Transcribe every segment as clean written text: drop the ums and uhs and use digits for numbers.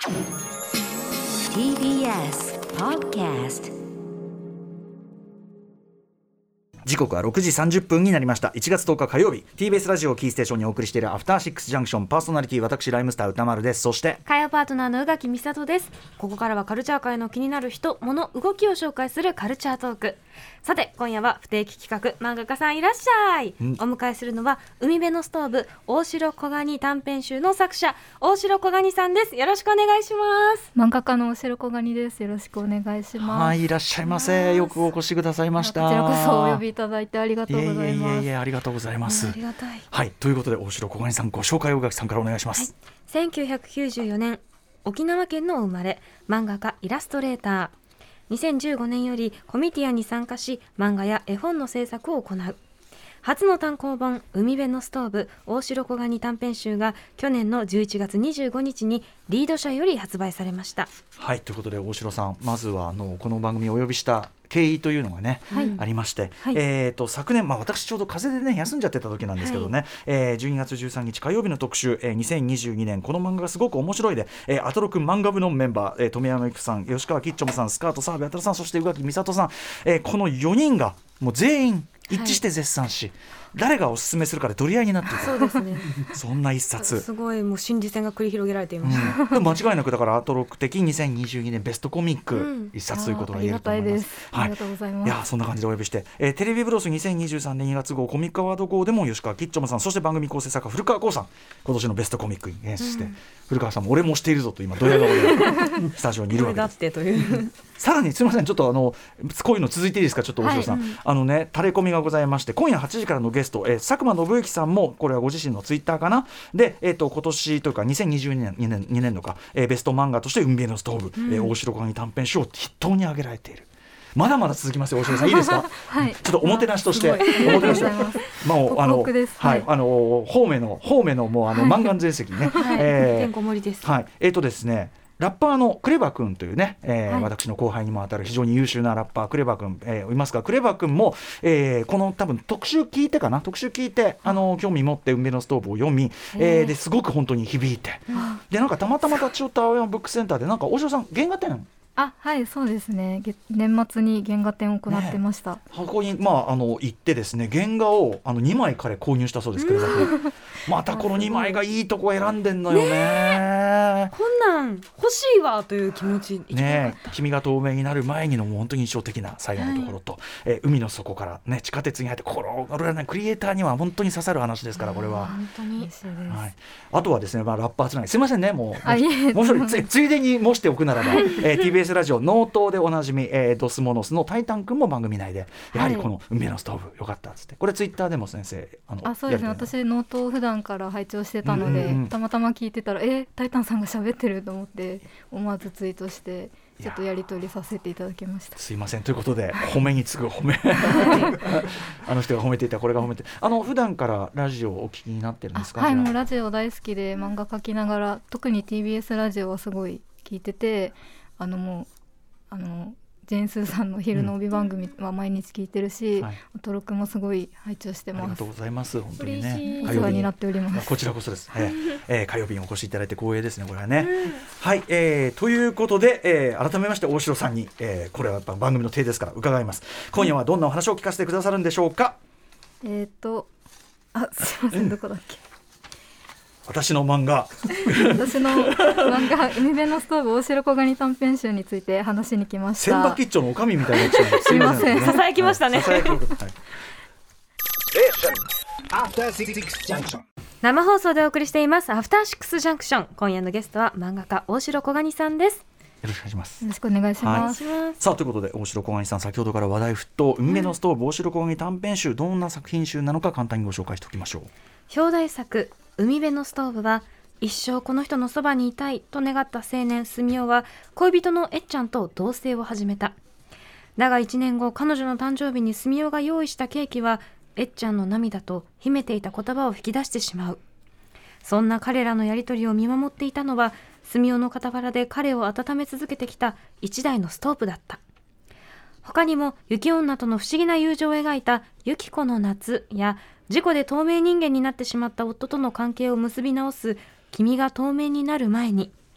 TBS Podcast。 時刻は6時30分になりました。1月10日火曜日、 TBS ラジオキーステーションにお送りしているアフターシックスジャンクション、パーソナリティ私ライムスター歌丸です。そして火曜パートナーの宇垣美里です。ここからはカルチャー界の気になる人物動きを紹介するカルチャートーク。さて今夜は不定期企画漫画家さんいらっしゃい、お迎えするのは海辺のストーブ大城小蟹短編集の作者大城小蟹さんです。よろしくお願いします。 漫画家の大城小蟹です。よろしくお願いします。 はい、いらっしゃいませ。よくお越しくださいました。 こちらこそお呼びいただいてありがとうございます。 いえありがとうございます。 ありがたい。 はい、ということで大城小蟹さん、ご紹介を宇垣さんからお願いします。 はい、1994年沖縄県の生まれ、漫画家イラストレーター。2015年よりコミティアに参加し漫画や絵本の制作を行う。初の単行本海辺のストーブ大城小蟹短編集が去年の11月25日にリード社より発売されました。 はい、ということで大城さん、まずはこの番組をお呼びした経緯というのがね、ありまして、昨年、私ちょうど風邪でね休んじゃってた時なんですけどね、12月13日火曜日の特集、2022年この漫画がすごく面白いで、アトロク漫画部のメンバー、富山由紀さん、吉川きっちょむさん、スカート澤部渉さん、そして宇垣美里さん、この4人がもう全員一致して絶賛し、誰がおすすめするかで取り合いになっている。 そうですねそんな一冊、 すごいもう心理戦が繰り広げられていました、 でも間違いなくだからアトロク的2022年ベストコミック一冊ということが言えると思います。 ありがとうございます。 いやそんな感じでお呼びして、テレビブロス2023年2月号コミックアワード号でも吉川きっちょむさん、そして番組構成作家古川光さん、今年のベストコミックに演出して、古川さんも俺もしているぞと今ドヤ顔でスタジオにいるわけです。 だってというさらにすみません、ちょっとこういうの続いていいですか。ちょっと大城さん、タレコミがございまして、今夜8時からのゲスト、佐久間信之さんもこれはご自身のツイッターかなで、今年というか2022年2年度か、ベスト漫画として海辺のストーブ、大城小蟹短編集を筆頭に挙げられている。まだまだ続きますよ大城さん、いいですか。 はい、 ちょっとおもてなしとしておもてなしもう方面のもう満願全席ね、 てんこ盛りです。 はい、ですね、ラッパーのクレバ君というね、私の後輩にもあたる非常に優秀なラッパークレバ君、いますが、クレバ君も、この多分特集聞いて興味持って海辺のストーブを読み、ですごく本当に響いて、でなんかたまたま立ち寄った青山ブックセンターでなんか大城さん原画展、 はいそうですね、年末に原画展を行ってました。 箱に行ってですね、原画を2枚彼購入したそうですけれどもまたこの2枚がいいとこ選んでんのよね。 こんなん欲しいわという気持ちね。君が透明になる前にのもう本当に印象的な最後のところと、海の底からね地下鉄に入って心躍らないクリエイターには本当に刺さる話ですから、これは本当に、 あとはですね、ラッパーつながりすいませんね、もう一人ついでに申しておくならばTBS ラジオノートでおなじみ、ドスモノスのタイタン君も番組内でやはりこの海辺のストーブよかったっつって、これツイッターでも先生そうですね、私ノートを普段から拝聴してたので、たまたま聞いてたらタイタンさんが喋ってると思って思わずツイートしてちょっとやり取りさせていただきました。 すいませんということで褒めに次ぐ褒めあの人が褒めていたこれが褒めて、普段からラジオをお聞きになってるんですか。 もうラジオ大好きで漫画描きながら、特に TBS ラジオはすごい聞いてて、もうジェーンスーさんの昼の帯番組は毎日聞いてるし、トロクもすごい拝聴してます。 ありがとうございます。本当にね、 お世話になっております。 こちらこそです。火曜日にお越しいただいて光栄ですね、これはね。はい、ということで、改めまして大城さんに、これはやっぱ番組の体ですから伺います。今夜はどんなお話を聞かせてくださるんでしょうか。 すいません、どこだっけ。 私の漫画海辺のストーブ大城小蟹短編集について話しに来ました。 千葉吉兆のおかみみたいなすいません、 ささやきましたね。生放送でお送りしていますアフターシックスジャンクション。今夜のゲストは漫画家大城小蟹さんです。 よろしくお願いします。 よろしくお願いします。 さあということで大城小蟹さん、先ほどから話題沸騰、海辺のストーブ大城小蟹短編集、どんな作品集なのか簡単にご紹介しておきましょう。 表題作海辺のストーブは、一生この人のそばにいたいと願った青年住雄は恋人のえっちゃんと同棲を始めた。だが1年後、彼女の誕生日に住雄が用意したケーキはえっちゃんの涙と秘めていた言葉を引き出してしまう。そんな彼らのやり取りを見守っていたのは、住雄の傍らで彼を温め続けてきた一台のストーブだった。他にも雪女との不思議な友情を描いたユキコの夏や、事故で透明人間になってしまった夫との関係を結び直す君が透明になる前に、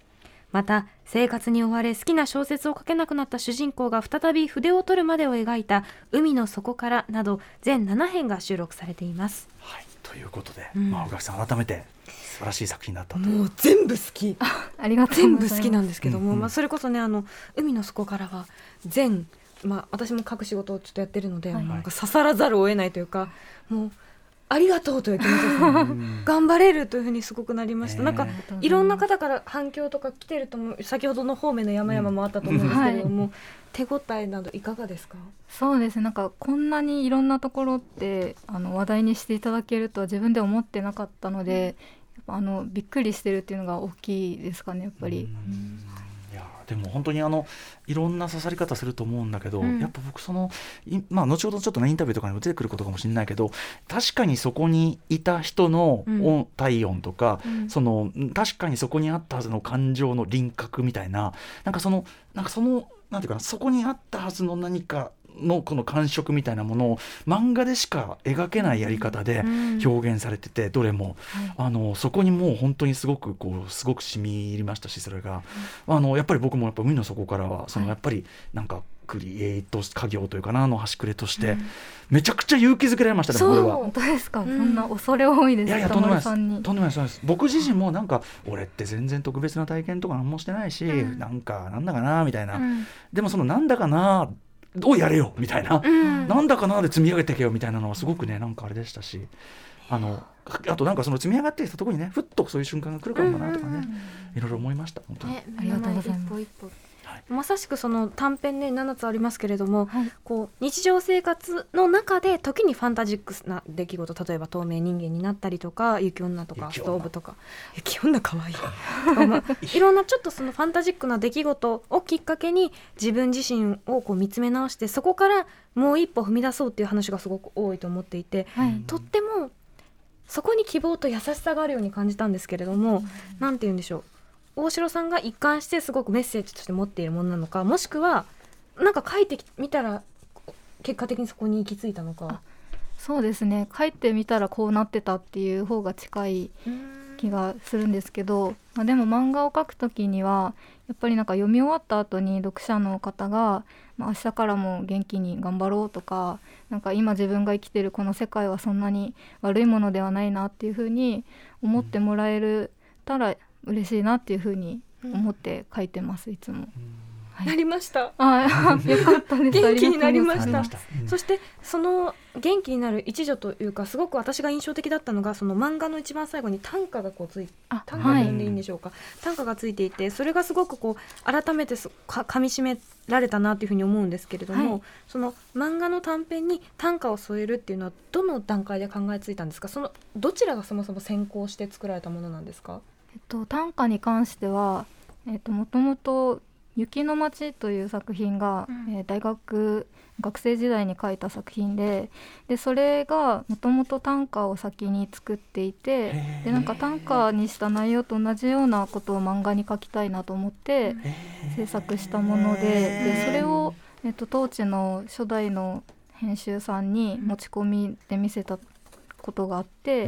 また生活に追われ好きな小説を書けなくなった主人公が再び筆を取るまでを描いた海の底からなど全7編が収録されています。 はい、ということで、宇垣さん改めて素晴らしい作品だったと。 もう全部好きありがとうございます。 全部好きなんですけども、それこそね海の底からは全、私も書く仕事をちょっとやってるので、なんか刺さらざるを得ないというか、もうありがとうという気持ちですね頑張れるというふうにすごくなりました。なんかいろんな方から反響とか来てると思う。先ほどの方面の山々もあったと思うんですけれども、手応えなどいかがですか？ そうですね、なんかこんなにいろんなところって話題にしていただけるとは自分で思ってなかったので、やっぱびっくりしてるっていうのが大きいですかね、やっぱり。 いやでも本当にいろんな刺さり方すると思うんだけど、やっぱ僕後ほどちょっとねインタビューとかにも出てくることかもしれないけど、確かにそこにいた人の体温とか、確かにそこにあったはずの感情の輪郭みたいな、なんていうかな、そこにあったはずの何かのこの感触みたいなものを漫画でしか描けないやり方で表現されてて、どれも、そこにもう本当にすごく染み入りましたし、それが、やっぱり僕もやっぱ海の底からはやっぱりなんかクリエイト家業というかな端くれとしてめちゃくちゃ勇気づけられましたね。これは本当ですか？そんな恐れ多いです。 いやとんでもないです。僕自身もなんか俺って全然特別な体験とか何もしてないし、なんだかなみたいな、でもそのなんだかなをやれよみたいな、なんだかなで積み上げてけよみたいなのはすごくね、なんかあれでしたし、あとなんかその積み上がってきたところにね、ふっとそういう瞬間が来るかもなとかね、いろいろ思いました。本当に、 ありがとうございます。 一歩まさしくその短編ね7つありますけれども、こう日常生活の中で時にファンタジックな出来事、例えば透明人間になったりとか、雪女とかストーブとか、雪女かわいいいろんなちょっとそのファンタジックな出来事をきっかけに自分自身をこう見つめ直して、そこからもう一歩踏み出そうっていう話がすごく多いと思っていて、とってもそこに希望と優しさがあるように感じたんですけれども、なんて言うんでしょう、大城さんが一貫してすごくメッセージとして持っているものなのか、もしくはなんか書いてみたら結果的にそこに行き着いたのか。 そうですね、書いてみたらこうなってたっていう方が近い気がするんですけど、でも漫画を描くときにはやっぱりなんか読み終わった後に読者の方が、明日からも元気に頑張ろうとか、なんか今自分が生きてるこの世界はそんなに悪いものではないなっていうふうに思ってもらえたら嬉しいなっていうふうに思って書いてます、いつも。 なりました。 よかったです。 元気になりました。そしてその元気になる一助というか、すごく私が印象的だったのが、その漫画の一番最後に短歌が短歌と呼んでいいんでしょうか、短歌がついていて、それがすごく改めて噛み締められたなというふうに思うんですけれども、その漫画の短編に短歌を添えるっていうのはどの段階で考えついたんですか？そのどちらがそもそも先行して作られたものなんですか？ 短歌に関しては、もともと雪の街という作品が、学生時代に書いた作品で、それがもともと短歌を先に作っていて、でなんか短歌にした内容と同じようなことを漫画に書きたいなと思って制作したもので、それを、当時の初代の編集さんに持ち込みで見せたことがあって、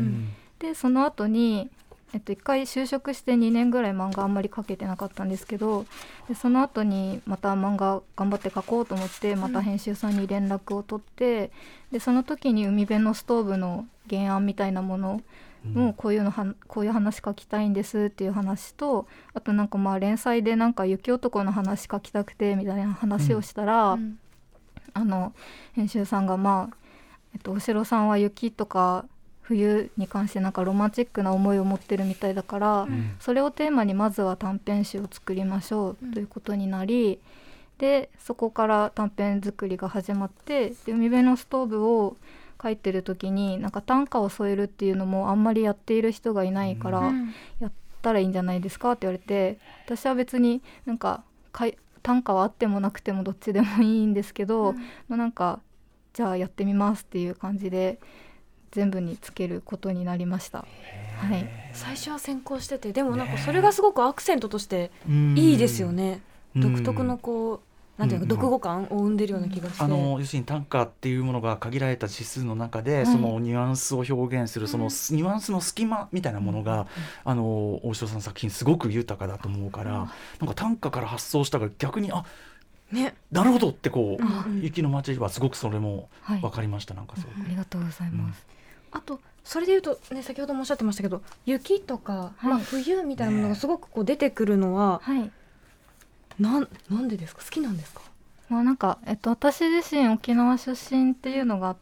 でその後に一回就職して2年ぐらい漫画あんまり描けてなかったんですけど、でその後にまた漫画頑張って描こうと思ってまた編集さんに連絡を取って、でその時に海辺のストーブの原案みたいなものをこういう話書きたいんですっていう話と、あとなんか連載でなんか雪男の話書きたくてみたいな話をしたら、編集さんが大城さんは雪とか冬に関してなんかロマンチックな思いを持ってるみたいだから、それをテーマにまずは短編集を作りましょうということになり、でそこから短編作りが始まって、で海辺のストーブを書いてる時になんか短歌を添えるっていうのもあんまりやっている人がいないから、やったらいいんじゃないですかって言われて、私は別になんか短歌はあってもなくてもどっちでもいいんですけど、なんかじゃあやってみますっていう感じで全部につけることになりました。 最初は先行してて、でもなんかそれがすごくアクセントとしていいですよね。独特のなんていうか読後感を生んでるような気がして、 要するに短歌っていうものが限られた指数の中で、そのニュアンスを表現するそのニュアンスの隙間みたいなものが、大城さんの作品すごく豊かだと思うから、なんか短歌から発想したから逆にね、なるほどってこう、雪の街はすごくそれも分かりました。なんかそう、 ありがとうございます。 あとそれでいうと、ね、先ほどもおっしゃってましたけど雪とか、冬みたいなものがすごくこう出てくるのは、なんでですか？好きなんですか？ なんか、私自身沖縄出身っていうのがあって、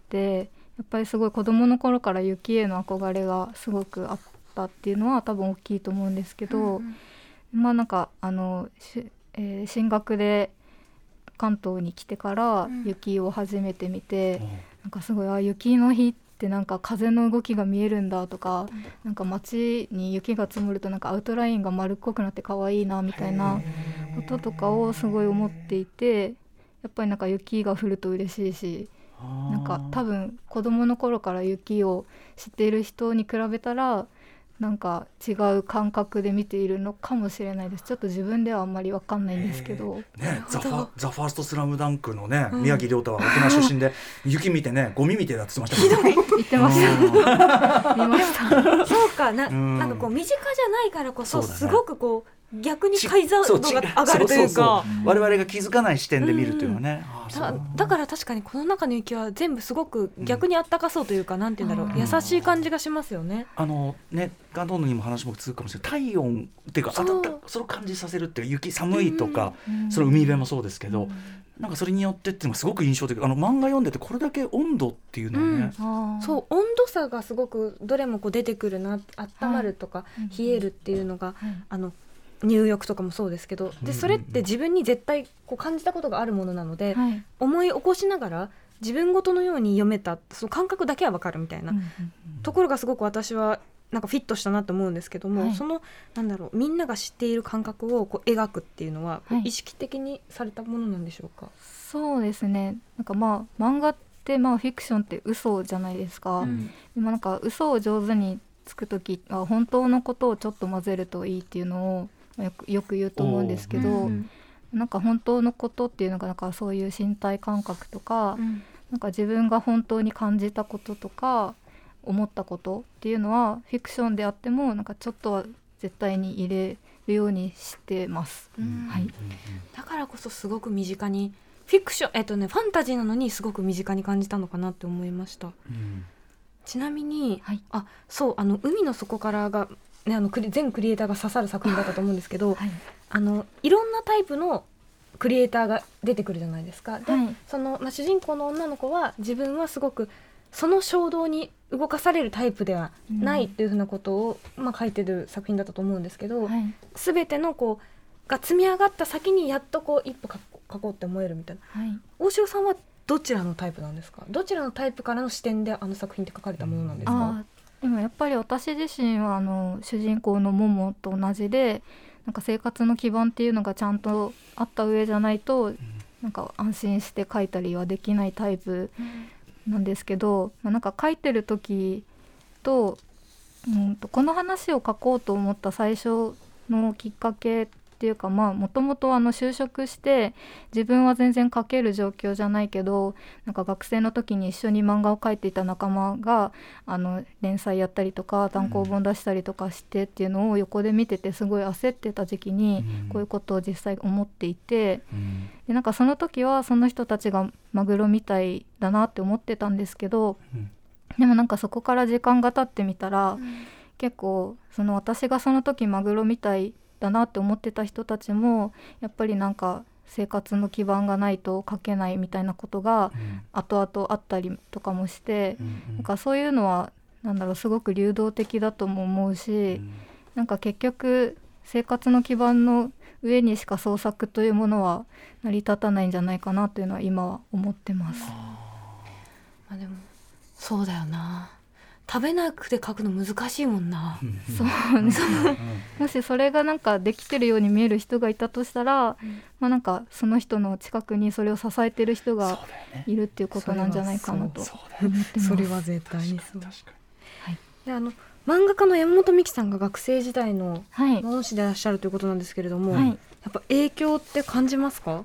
やっぱりすごい子どもの頃から雪への憧れがすごくあったっていうのは多分大きいと思うんですけど、なんか進学で関東に来てから雪を初めて見て、なんかすごい雪の日ってなんか風の動きが見えるんだとか、なんか街に雪が積もるとなんかアウトラインが丸っこくなって可愛いなみたいなこととかをすごい思っていて、やっぱりなんか雪が降ると嬉しいし、なんか多分子どもの頃から雪を知っている人に比べたらなんか違う感覚で見ているのかもしれないです。ちょっと自分ではあんまり分かんないんですけど、 ザ・ファーストスラムダンクのね、宮城亮太は沖縄出身で雪見てね、ゴミみてえだって言ってましたもんね。 言ってました見ましたそうかなんかこう身近じゃないからこそ、すごくこう逆に解像度が上がるというか、 我々が気づかない視点で見るというのはね、 だから確かにこの中の雪は全部すごく逆にあったかそうというか、なんて言うんだろう、優しい感じがしますよね。 ガンドーヌにも話も続くかもしれない、体温っていうかそれを感じさせるっていう、雪寒いとか、その海辺もそうですけど、なんかそれによってっていうのがすごく印象的。漫画読んでてこれだけ温度っていうのはね、 そう温度差がすごくどれもこう出てくるな、温まるとか冷えるっていうのが、入浴とかもそうですけど、でそれって自分に絶対こう感じたことがあるものなので、思い起こしながら自分ごとのように読めた、その感覚だけは分かるみたいなところがすごく私はなんかフィットしたなと思うんですけども、そのなんだろう、みんなが知っている感覚をこう描くっていうのは、意識的にされたものなんでしょうか？ そうですね、なんか漫画ってフィクションって嘘じゃないですか。でもなんか嘘を上手につくときは本当のことをちょっと混ぜるといいっていうのをよく言うと思うんですけど、なんか本当のことっていうのがなんかそういう身体感覚とか、なんか自分が本当に感じたこととか思ったことっていうのはフィクションであってもなんかちょっとは絶対に入れるようにしてます。 だからこそすごく身近にフィクション、ファンタジーなのにすごく身近に感じたのかなって思いました。ちなみに、そう海の底からが全クリエイターが刺さる作品だったと思うんですけど、いろんなタイプのクリエイターが出てくるじゃないですか。で、その、主人公の女の子は自分はすごくその衝動に動かされるタイプではないっていうふうなことを、書いてる作品だったと思うんですけど、全てのこうが積み上がった先にやっとこう一歩書こうって思えるみたいな、大城さんはどちらのタイプなんですか？どちらのタイプからの視点で作品って書かれたものなんですか？ でもやっぱり私自身は主人公のモモと同じで、なんか生活の基盤っていうのがちゃんとあった上じゃないと、なんか安心して書いたりはできないタイプなんですけど、なんか書いてる時と、この話を書こうと思った最初のきっかけっていうか、もともと就職して自分は全然書ける状況じゃないけど、なんか学生の時に一緒に漫画を描いていた仲間が連載やったりとか単行本出したりとかしてっていうのを横で見てて、すごい焦ってた時期にこういうことを実際思っていて、でなんかその時はその人たちがマグロみたいだなって思ってたんですけど、でもなんかそこから時間が経ってみたら、結構私がその時マグロみたいだなって思ってた人たちもやっぱりなんか生活の基盤がないと書けないみたいなことが後々あったりとかもして、なんかそういうのはすごく流動的だとも思うし、なんか結局生活の基盤の上にしか創作というものは成り立たないんじゃないかなというのは今は思ってます。 でもそうだよな、食べなくて書くの難しいもんな。 そうねもしそれがなんかできてるように見える人がいたとしたら、なんかその人の近くにそれを支えてる人がいるっていうことなんじゃないかなと思ってます。 それは絶対にそう。で漫画家の山本美希さんが学生時代の恩師でいらっしゃるということなんですけれども、やっぱ影響って感じますか？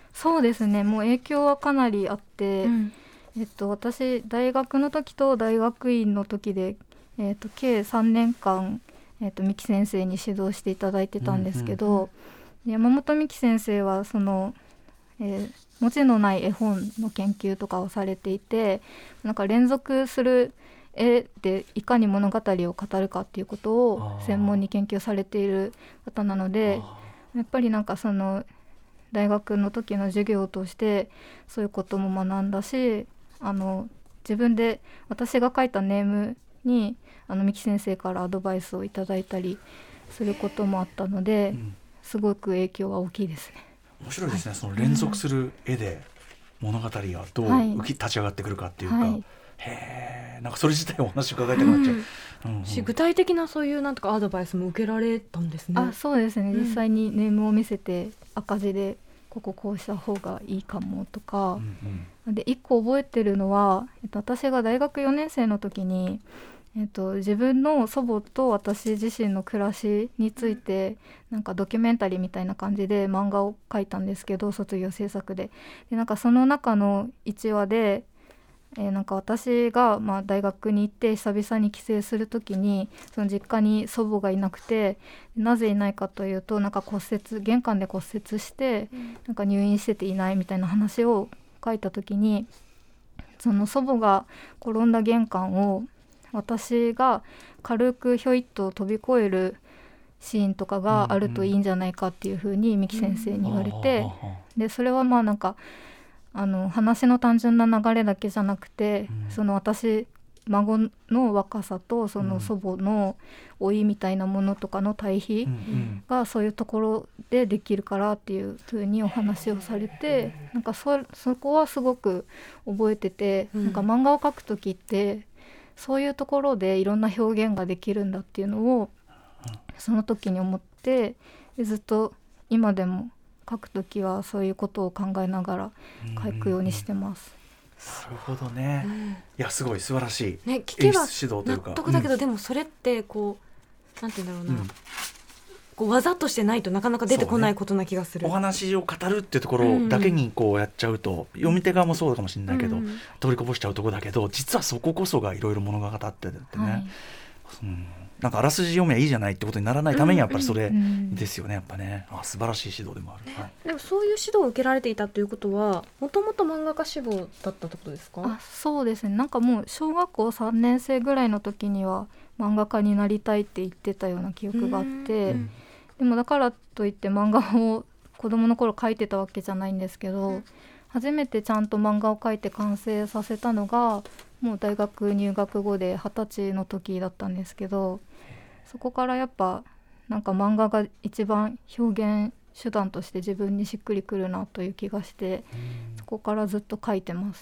そうですね、もう影響はかなりあって、私大学の時と大学院の時で、計3年間、三木先生に指導していただいてたんですけど、山本美樹先生はその、文字のない絵本の研究とかをされていて、なんか連続する絵でいかに物語を語るかっていうことを専門に研究されている方なので、やっぱりなんかその大学の時の授業としてそういうことも学んだし、自分で私が書いたネームに三木先生からアドバイスをいただいたりすることもあったので、すごく影響は大きいですね。 面白いですね、その連続する絵で物語がどう立ち上がってくるかっていうか、へー、なんかそれ自体お話伺いたくなっちゃう、 具体的なそういうなんとかアドバイスも受けられたんですね。 そうですね、実際にネームを見せて赤字でこうした方がいいかもとか、で1個覚えてるのは、私が大学4年生の時に、自分の祖母と私自身の暮らしについてなんかドキュメンタリーみたいな感じで漫画を描いたんですけど、卒業制作でなんかその中の1話で、なんか私が大学に行って久々に帰省する時にその実家に祖母がいなくて、なぜいないかというとなんか玄関で骨折してなんか入院してていないみたいな話を書いた時に、その祖母が転んだ玄関を私が軽くひょいっと飛び越えるシーンとかがあるといいんじゃないかっていうふうに三木先生に言われて、でそれはなんか話の単純な流れだけじゃなくて、その私孫の若さとその祖母の老いみたいなものとかの対比がそういうところでできるからっていうふうにお話をされて、なんかそこはすごく覚えてて、なんか漫画を描く時ってそういうところでいろんな表現ができるんだっていうのをその時に思って、ずっと今でも書く時はそういうことを考えながら書くようにしてます。 なるほどね、いやすごい素晴らしい、 聞けば演出指導というか納得だけど、でもそれってなんて言うんだろうな、技としてないとなかなか出てこないことな気がする、 お話を語るっていうところだけにやっちゃうと、読み手側もそうかもしれないけど、取りこぼしちゃうところだけど、実はそここそがいろいろ物語っててね、なんかあらすじ読めばいいじゃないってことにならないためにやっぱりそれですよね、やっぱね。素晴らしい指導でもある、 でもそういう指導を受けられていたということは、もともと漫画家志望だったってことですか？ そうですね、なんかもう小学校3年生ぐらいの時には漫画家になりたいって言ってたような記憶があって、でもだからといって漫画を子供の頃描いてたわけじゃないんですけど、初めてちゃんと漫画を描いて完成させたのがもう大学入学後で20歳の時だったんですけど、そこからやっぱなんか漫画が一番表現手段として自分にしっくりくるなという気がして、そこからずっと描いてます。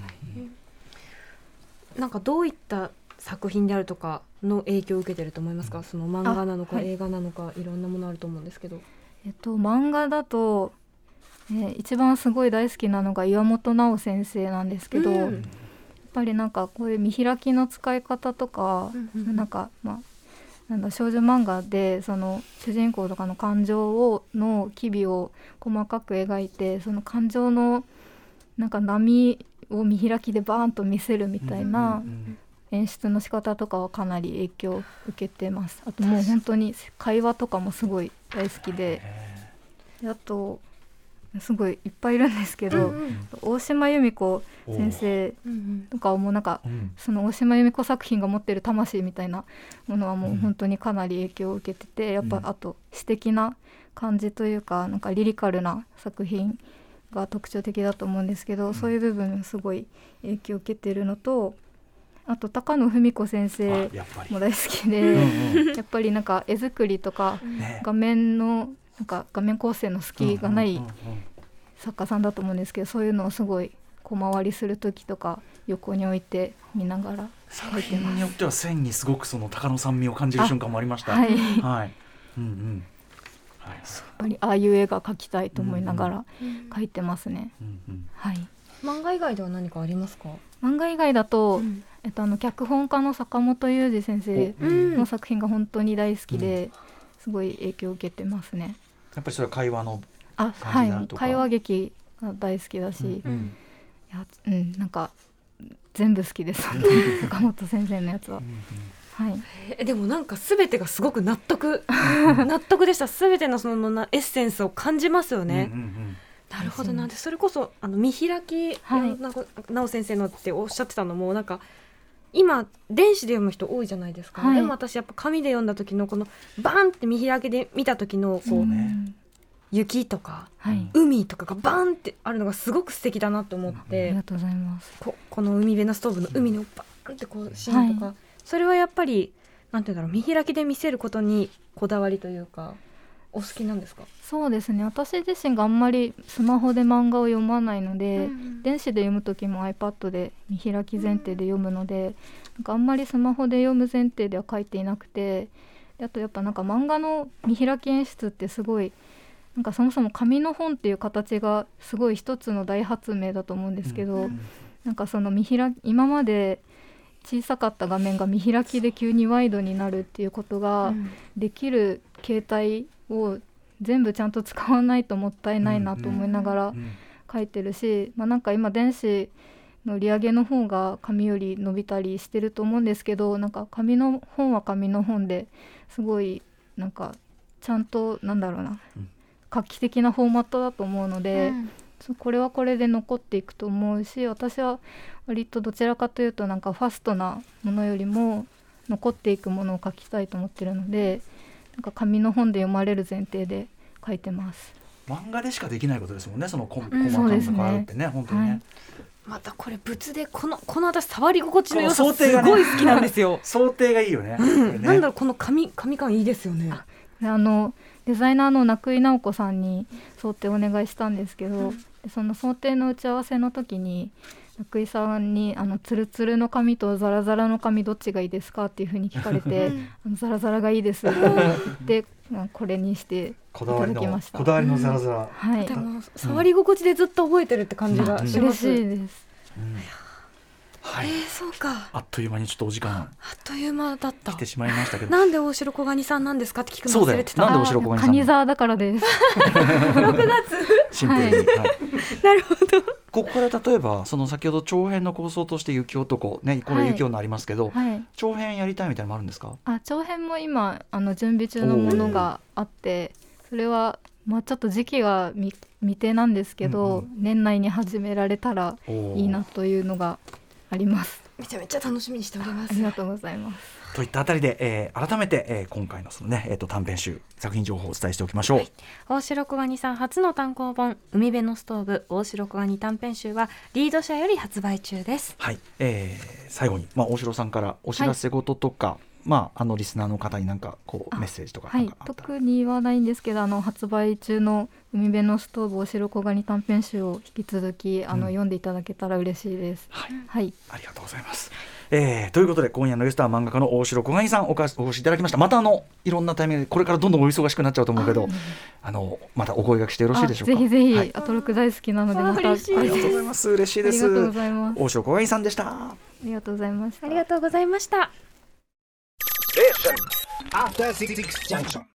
なんかどういった作品であるとかの影響を受けてると思いますか？その漫画なのか映画なのかいろんなものあると思うんですけど。 漫画だと、一番すごい大好きなのが岩本直先生なんですけど、やっぱりなんかこういう見開きの使い方とか、なんか少女漫画でその主人公とかの感情の機微を細かく描いて、その感情のなんか波を見開きでバーンと見せるみたいな演出の仕方とかはかなり影響を受けてます。あともう本当に会話とかもすごい大好きで、あとすごいいっぱいいるんですけど、大島由美子先生とかもなんか、その大島由美子作品が持ってる魂みたいなものはもう本当にかなり影響を受けてて、やっぱあと詩的な感じというか、なんかリリカルな作品が特徴的だと思うんですけど、そういう部分すごい影響を受けてるのと、あと高野文子先生も大好きで、やっぱりなんか絵作りとか画面のなんか画面構成の隙がない作家さんだと思うんですけど、そういうのをすごい小回りする時とか横に置いて見ながら描いてます。 作品によっては線にすごくその高野酸味を感じる瞬間もありました。やっぱりああいう絵が描きたいと思いながら描いてますね。 漫画以外では何かありますか？ 漫画以外だと、脚本家の坂本雄二先生の作品が本当に大好きで、すごい影響を受けてますね。 やっぱりそれは会話のあ、はい、会話劇が大好きだし、いや、なんか全部好きです坂本先生のやつは。はい、 でもなんか全てがすごく納得でした。全てのそのエッセンスを感じますよね。なるほど。なんでそれこそ見開き、直先生のっておっしゃってたのもなんか今電子で読む人多いじゃないですか、でも私やっぱ紙で読んだ時のこのバーンって見開きで見た時のこう、雪とか、海とかがバーンってあるのがすごく素敵だなと思って、 ありがとうございます。 この海辺のストーブの海のバーンってこうシーンとか、それはやっぱりなんていうんだろう、見開きで見せることにこだわりというかお好きなんですか？ そうですね、私自身があんまりスマホで漫画を読まないので、電子で読む時も iPad で見開き前提で読むので、なんかあんまりスマホで読む前提では書いていなくて、であとやっぱなんか漫画の見開き演出ってすごいなんかそもそも紙の本っていう形がすごい一つの大発明だと思うんですけど、なんかその今まで小さかった画面が見開きで急にワイドになるっていうことができる携帯を全部ちゃんと使わないともったいないなと思いながら書いてるし、なんか今電子の売り上げの方が紙より伸びたりしてると思うんですけど、なんか紙の本は紙の本ですごいなんかちゃんとなんだろうな、画期的なフォーマットだと思うので、これはこれで残っていくと思うし、私は割とどちらかというとなんかファストなものよりも残っていくものを書きたいと思ってるので、なんか紙の本で読まれる前提で書いてます。 漫画でしかできないことですもんね、その細かいとこあるってね、本当にね、 またこれ物でこの私触り心地の良さすごい好きなんですよ。 想定がいいよね。 なんだろう、この紙感いいですよね。 デザイナーの中井直子さんに想定お願いしたんですけど、その想定の打ち合わせの時に中井さんにツルツルの紙とザラザラの紙どっちがいいですかっていうふうに聞かれてザラザラがいいですで、これにしていただきました。 こだわりのザラザラ、 はい、でも触り心地でずっと覚えてるって感じがします。 嬉しいです。 はい、 そうか。 あっという間にちょっとお時間あっという間だった来てしまいましたけど、 なんで大城小蟹さんなんですかって聞くの忘れてた。 なんで大城小蟹さん？ 蟹座だからです 6月シンプルに、 なるほど。 ここから例えばその先ほど長編の構想として雪男ね、これ雪女ありますけど、長編やりたいみたいなのもあるんですか？ 長編も今準備中のものがあって、それはちょっと時期が未定なんですけど、年内に始められたらいいなというのがあります。 めちゃめちゃ楽しみにしております。 ありがとうございます。 といったあたりで、改めて、今回のそのね、短編集作品情報をお伝えしておきましょう。 大城小蟹さん初の単行本海辺のストーブ大城小蟹短編集はリード社より発売中です。 はい、最後に、大城さんからお知らせ事とか、リスナーの方に何かこうメッセージとかなんかあったら。 特にはないんですけど、発売中の海辺のストーブ大城小蟹短編集を引き続き読んでいただけたら嬉しいです。 はい、ありがとうございます。ということで今夜のゲストは漫画家の大城小蟹さんお越しいただきました。またいろんなタイミングでこれからどんどんお忙しくなっちゃうと思うけど、またお声掛けしてよろしいでしょうか？ ぜひぜひ、アトロク大好きなのでまた。 嬉しいです。 ありがとうございます。嬉しいです。 ありがとうございます。 大城小蟹さんでした。 ありがとうございました。 ありがとうございました。 After 6 junction.